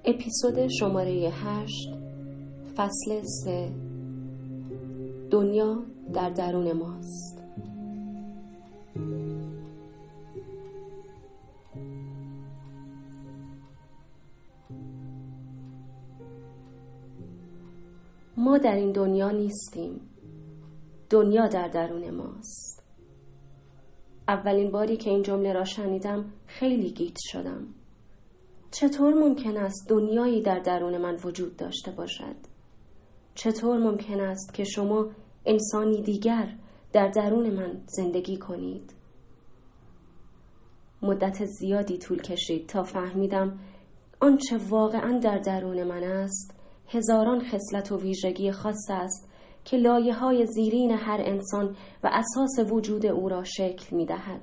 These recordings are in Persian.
اپیزود شماره 8 فصل 3 دنیا در درون ماست. ما در این دنیا نیستیم. دنیا در درون ماست. اولین باری که این جمله را شنیدم خیلی گیج شدم. چطور ممکن است دنیایی در درون من وجود داشته باشد؟ چطور ممکن است که شما انسانی دیگر در درون من زندگی کنید؟ مدت زیادی طول کشید تا فهمیدم آنچه واقعاً در درون من است هزاران خصلت و ویژگی خاص است که لایه‌های زیرین هر انسان و اساس وجود او را شکل می‌دهد.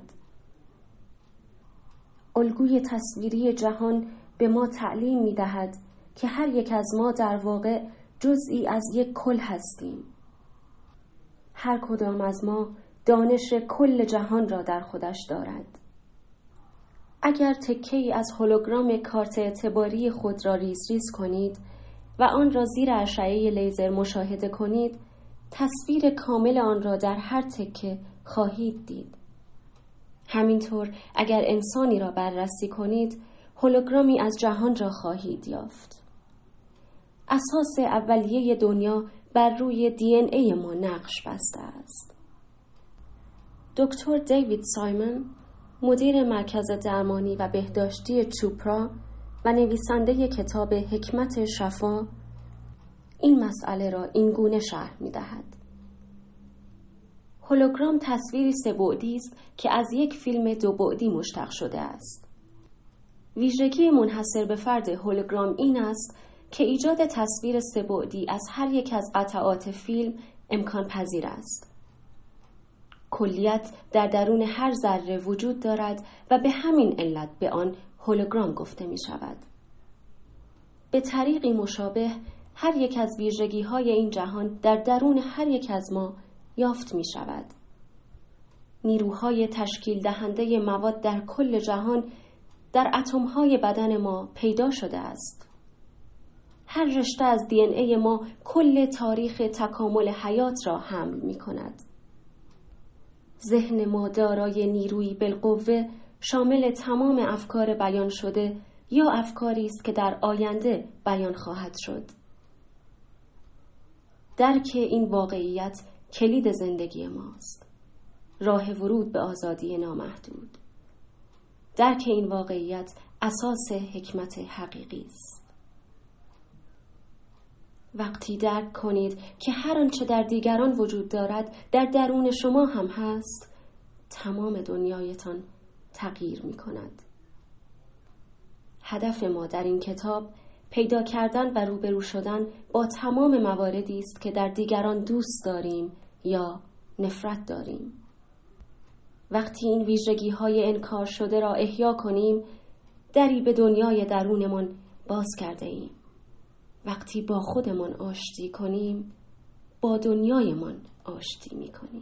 الگوی تصویری جهان به ما تعلیم می‌دهد که هر یک از ما در واقع جزئی از یک کل هستیم. هر کدام از ما دانش کل جهان را در خودش دارد. اگر تکه‌ای از هولوگرام کارت اعتباری خود را ریز ریز کنید و آن را زیر اشعه لیزر مشاهده کنید، تصویر کامل آن را در هر تکه خواهید دید. همینطور اگر انسانی را بررسی کنید، هولوگرامی از جهان را خواهید یافت. اساس اولیه دنیا بر روی DNA ما نقش بسته است. دکتر دیوید سایمون، مدیر مرکز درمانی و بهداشتی چوپرا و نویسنده کتاب حکمت شفا، این مسئله را این گونه شرح می‌دهد. هولوگرام تصویری سه‌بعدی است که از یک فیلم دوبعدی مشتق شده است. ویژگی منحصر به فرد هولوگرام این است که ایجاد تصویر سه‌بعدی از هر یک از قطعات فیلم امکان پذیر است. کلیت در درون هر ذره وجود دارد و به همین علت به آن هولوگرام گفته می شود. به طریقی مشابه هر یک از ویژگی‌های این جهان در درون هر یک از ما یافت می شود. نیروهای تشکیل دهنده مواد در کل جهان در اتم‌های بدن ما پیدا شده است. هر رشته از DNA ما کل تاریخ تکامل حیات را حمل می کند. ذهن ما دارای نیرویی بالقوه شامل تمام افکار بیان شده یا افکاری است که در آینده بیان خواهد شد. درک این واقعیت کلید زندگی ماست. راه ورود به آزادی نامحدود. درک این واقعیت اساس حکمت حقیقی است. وقتی درک کنید که هر آنچه در دیگران وجود دارد در درون شما هم هست، تمام دنیایتان تغییر می کند. هدف ما در این کتاب پیدا کردن و روبرو شدن با تمام مواردی است که در دیگران دوست داریم یا نفرت داریم. وقتی این ویژگی‌های انکار شده را احیا کنیم، دری به دنیای درونمان باز کرده ایم. وقتی با خودمان آشتی کنیم، با دنیایمان آشتی می‌کنیم.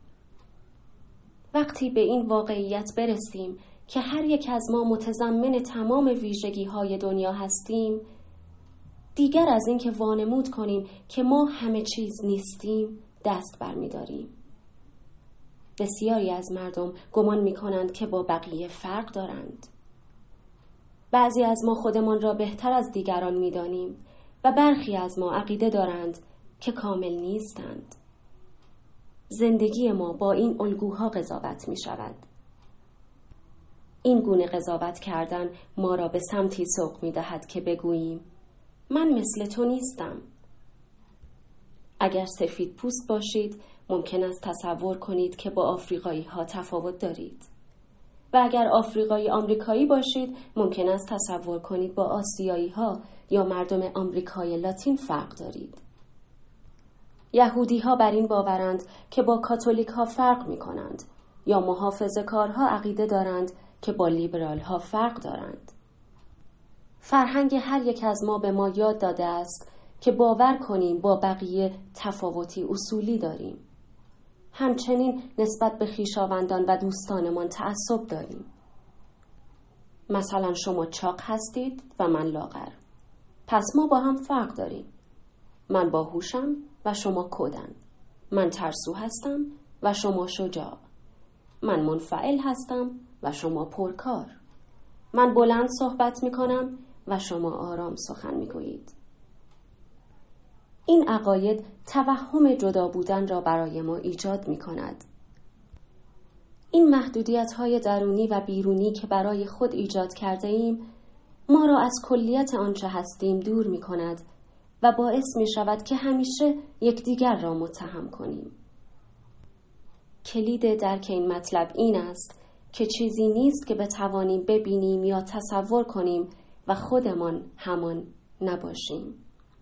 وقتی به این واقعیت برسیم که هر یک از ما متضمن تمام ویژگی‌های دنیا هستیم، دیگر از این که وانمود کنیم که ما همه چیز نیستیم دست برمی‌داریم. بسیاری از مردم گمان می‌کنند که با بقیه فرق دارند. بعضی از ما خودمان را بهتر از دیگران می‌دانیم و برخی از ما عقیده دارند که کامل نیستند. زندگی ما با این الگوها قضاوت می‌شود. این گونه قضاوت کردن ما را به سمتی سوق می‌دهد که بگوییم من مثل تو نیستم. اگر سفید پوست باشید ممکن است تصور کنید که با آفریقایی ها تفاوت دارید. و اگر آفریقایی آمریکایی باشید ممکن است تصور کنید با آسیایی ها یا مردم آمریکای لاتین فرق دارید. یهودی ها بر این باورند که با کاتولیک ها فرق می کنند یا محافظه‌کارها عقیده دارند که با لیبرال ها فرق دارند. فرهنگ هر یک از ما به ما یاد داده است که باور کنیم با بقیه تفاوتی اصولی داریم. همچنین نسبت به خویشاوندان و دوستانمان تعصب داریم. مثلا شما چاق هستید و من لاغر. پس ما با هم فرق داریم. من باهوشم و شما کودن. من ترسو هستم و شما شجاع. من منفعل هستم و شما پرکار. من بلند صحبت می کنم و شما آرام سخن می گویید. این عقاید توهم جدا بودن را برای ما ایجاد می کند. این محدودیت‌های درونی و بیرونی که برای خود ایجاد کرده ایم، ما را از کلیت آنچه هستیم دور می کند و باعث می شود که همیشه یکدیگر را متهم کنیم. کلید درک این مطلب این است که چیزی نیست که بتوانیم ببینیم یا تصور کنیم و خودمان همان نباشیم.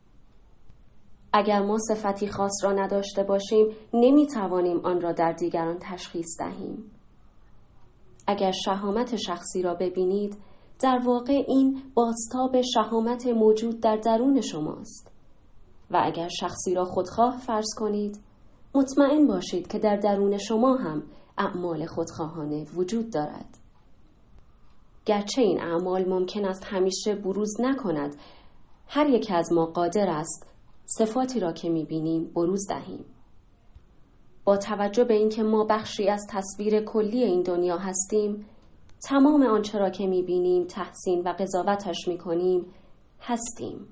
اگر ما صفتی خاص را نداشته باشیم، نمی توانیم آن را در دیگران تشخیص دهیم. اگر شهامت شخصی را ببینید، در واقع این بازتاب شهامت موجود در درون شماست. و اگر شخصی را خودخواه فرض کنید، مطمئن باشید که در درون شما هم اعمال خودخواهانه وجود دارد. گرچه این اعمال ممکن است همیشه بروز نکند، هر یک از ما قادر است صفاتی را که می‌بینیم بروز دهیم. با توجه به اینکه ما بخشی از تصویر کلی این دنیا هستیم، تمام آنچه را که می‌بینیم تحسین و قضاوتش می‌کنیم هستیم.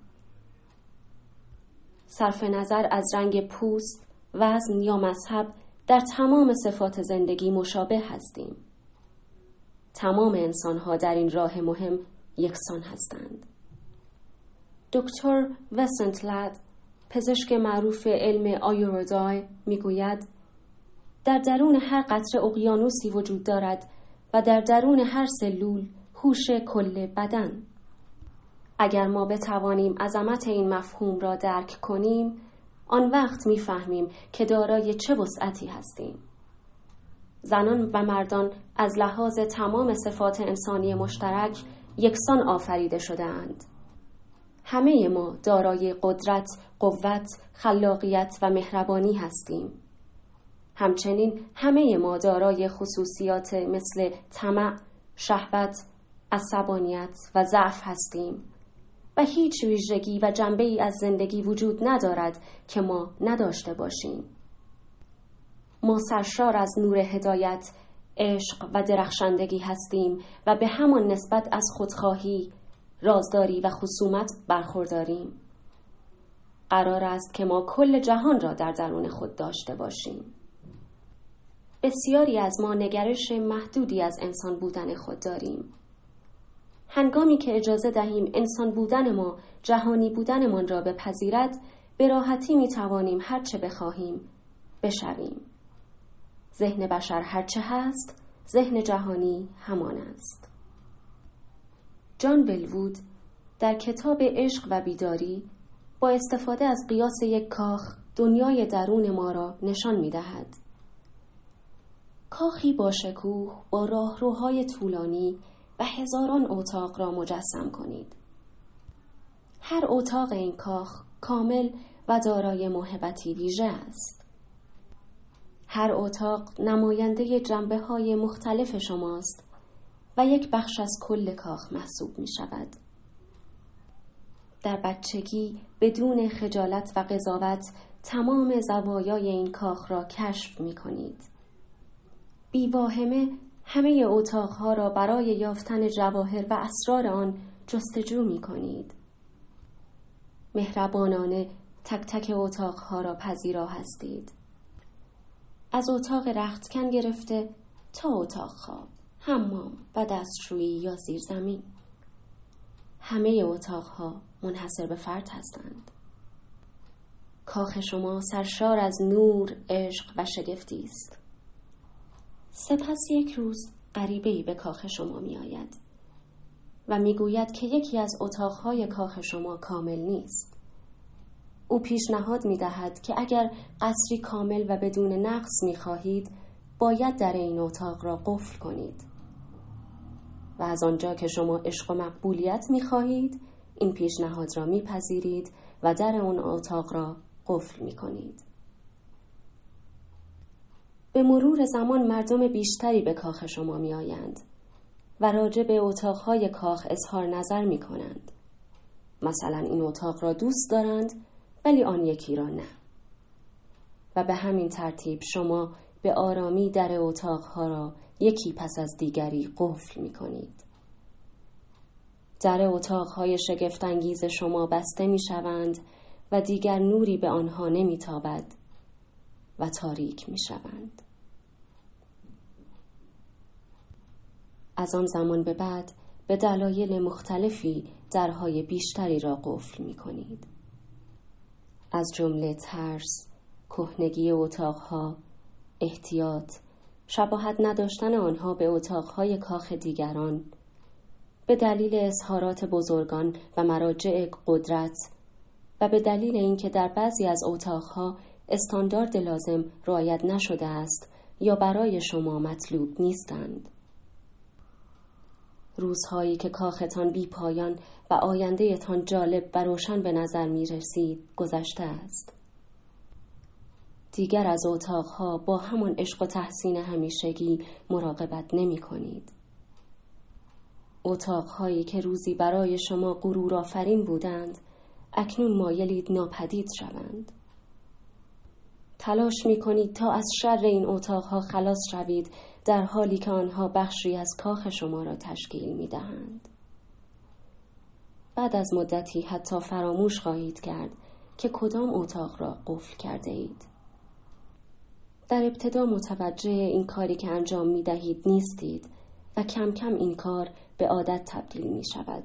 صرف نظر از رنگ پوست، وزن یا مذهب، در تمام صفات زندگی مشابه هستیم. تمام انسان‌ها در این راه مهم یکسان هستند. دکتر وسنت لد، پزشک معروف علم آیورودا، میگوید در درون هر قطره اقیانوسی وجود دارد و در درون هر سلول هوش کل بدن. اگر ما بتوانیم عظمت این مفهوم را درک کنیم، آن وقت میفهمیم که دارای چه وسعتی هستیم. زنان و مردان از لحاظ تمام صفات انسانی مشترک یکسان آفریده شده‌اند. همه ما دارای قدرت، قوت، خلاقیت و مهربانی هستیم. همچنین همه ما دارای خصوصیات مثل طمع، شهوت، عصبانیت و ضعف هستیم و هیچ ویژگی و جنبه‌ای از زندگی وجود ندارد که ما نداشته باشیم. ما سرشار از نور هدایت، عشق و درخشندگی هستیم و به همان نسبت از خودخواهی، رازداری و خصومت برخورداریم. قرار است که ما کل جهان را در درون خود داشته باشیم. بسیاری از ما نگرش محدودی از انسان بودن خود داریم. هنگامی که اجازه دهیم انسان بودن ما جهانی بودنمان را بپذیرد، به راحتی می توانیم هر چه بخواهیم بشویم. ذهن بشر هر چه هست، ذهن جهانی همان است. جان ولوود در کتاب عشق و بیداری با استفاده از قیاس یک کاخ دنیای درون ما را نشان می دهد. کاخی با شکوه با راهروهای طولانی و هزاران اتاق را مجسم کنید. هر اتاق این کاخ کامل و دارای موهبتی ویژه است. هر اتاق نماینده جنبه‌های مختلف شماست و یک بخش از کل کاخ محسوب می شود. در بچگی بدون خجالت و قضاوت تمام زوایای این کاخ را کشف می کنید. بی واهمه همه اتاقها را برای یافتن جواهر و اسرار آن جستجو می کنید. مهربانانه تک تک اتاقها را پذیرا هستید. از اتاق رختکن گرفته تا اتاق خواب، حمام و دستشویی یا زیرزمین. همه اتاقها منحصر به فرد هستند. کاخ شما سرشار از نور، عشق و شگفتی است. سپس یک روز غریبه‌ای به کاخ شما می آید و می گوید که یکی از اتاقهای کاخ شما کامل نیست. او پیشنهاد می دهد که اگر قصری کامل و بدون نقص می خواهید، باید در این اتاق را قفل کنید. و از آنجا که شما عشق و مقبولیت می خواهید، این پیشنهاد را می پذیرید و در اون اتاق را قفل می کنید. به مرور زمان مردم بیشتری به کاخ شما می آیند و راجع به اتاقهای کاخ اظهار نظر می کنند. مثلا این اتاق را دوست دارند ولی آن یکی را نه. و به همین ترتیب شما به آرامی در اتاقها را یکی پس از دیگری قفل می کنید. در اتاقهای شگفت‌انگیز شما بسته می شوند و دیگر نوری به آنها نمی تابد و تاریک می شوند. از آن زمان به بعد به دلایل مختلفی درهای بیشتری را قفل می کنید. از جمله ترس، کهنگی اتاقها، احتیاط، شباهت نداشتن آنها به اتاقهای کاخ دیگران، به دلیل اظهارات بزرگان و مراجع قدرت و به دلیل اینکه در بعضی از اتاقها استاندارد لازم رعایت نشده است یا برای شما مطلوب نیستند. روزهایی که کاختان بی پایان و آیندهتان جالب و روشن به نظر می رسید گذشته است. دیگر از اتاقها با همان عشق و تحسین همیشگی مراقبت نمی کنید. اتاقهایی که روزی برای شما غرورآفرین بودند اکنون مایلید ناپدید شوند. تلاش می کنید تا از شر این اتاقها خلاص شوید در حالی که آنها بخشی از کاخ شما را تشکیل می دهند. بعد از مدتی حتی فراموش خواهید کرد که کدام اتاق را قفل کرده اید. در ابتدا متوجه این کاری که انجام می دهید نیستید و کم کم این کار به عادت تبدیل می شود.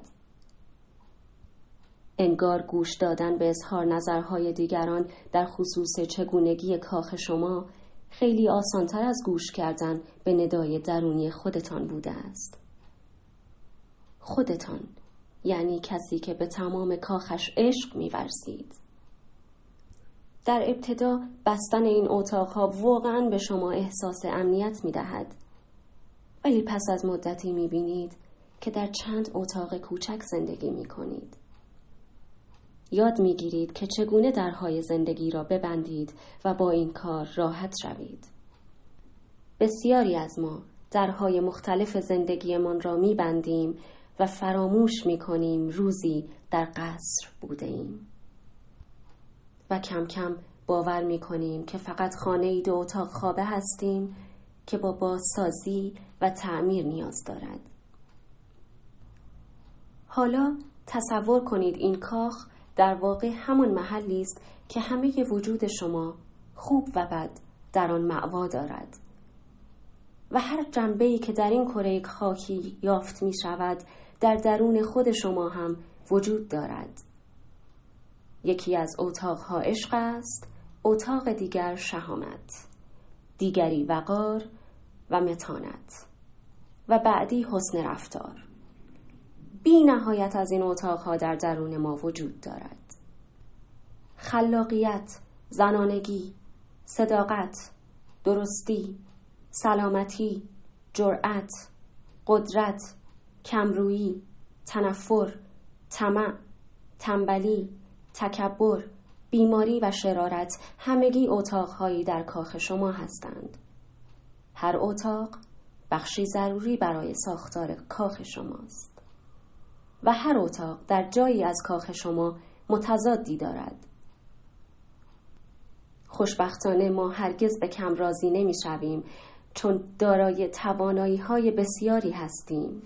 انگار گوش دادن به اظهار نظرهای دیگران در خصوص چگونگی کاخ شما خیلی آسانتر از گوش کردن به ندای درونی خودتان بوده است. خودتان، یعنی کسی که به تمام کاخش عشق می‌ورزید. در ابتدا بستن این اتاقها واقعاً به شما احساس امنیت می‌دهد. ولی پس از مدتی می‌بینید که در چند اتاق کوچک زندگی می‌کنید. یاد می‌گیرید که چگونه درهای زندگی را ببندید و با این کار راحت شوید. بسیاری از ما درهای مختلف زندگیمان را می‌بندیم و فراموش می‌کنیم روزی در قصر بوده‌ایم. و کم کم باور می‌کنیم که فقط خانه‌ای 2 اتاق خوابه هستیم که با بازسازی و تعمیر نیاز دارد. حالا تصور کنید این کاخ در واقع همان محلی است که همه وجود شما خوب و بد در آن مأوا دارد و هر جنبه‌ای که در این کره خاکی یافت می شود در درون خود شما هم وجود دارد. یکی از اتاقها عشق است، اتاق دیگر شهامت، دیگری وقار و متانت و بعدی حسن رفتار. بی نهایت از این اتاقها در درون ما وجود دارد. خلاقیت، زنانگی، صداقت، درستی، سلامتی، جرأت، قدرت، کمرویی، تنفر، طمع، تنبلی، تکبر، بیماری و شرارت همگی اتاقهایی در کاخ شما هستند. هر اتاق بخشی ضروری برای ساختار کاخ شماست و هر اتاق در جایی از کاخ شما متضادی دارد. خوشبختانه ما هرگز به کم راضی نمی شویم چون دارای توانایی‌های بسیاری هستیم.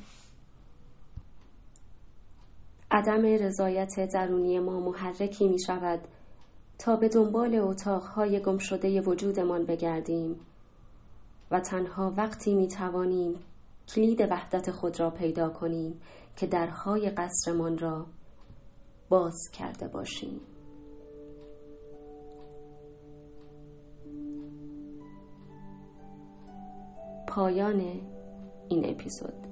عدم رضایت درونی ما محرکی می شود تا به دنبال اتاقهای گم شده وجودمان بگردیم و تنها وقتی می توانیم کلید وحدت خود را پیدا کنیم که درهای قصرمان را باز کرده باشیم. پایان این اپیزود.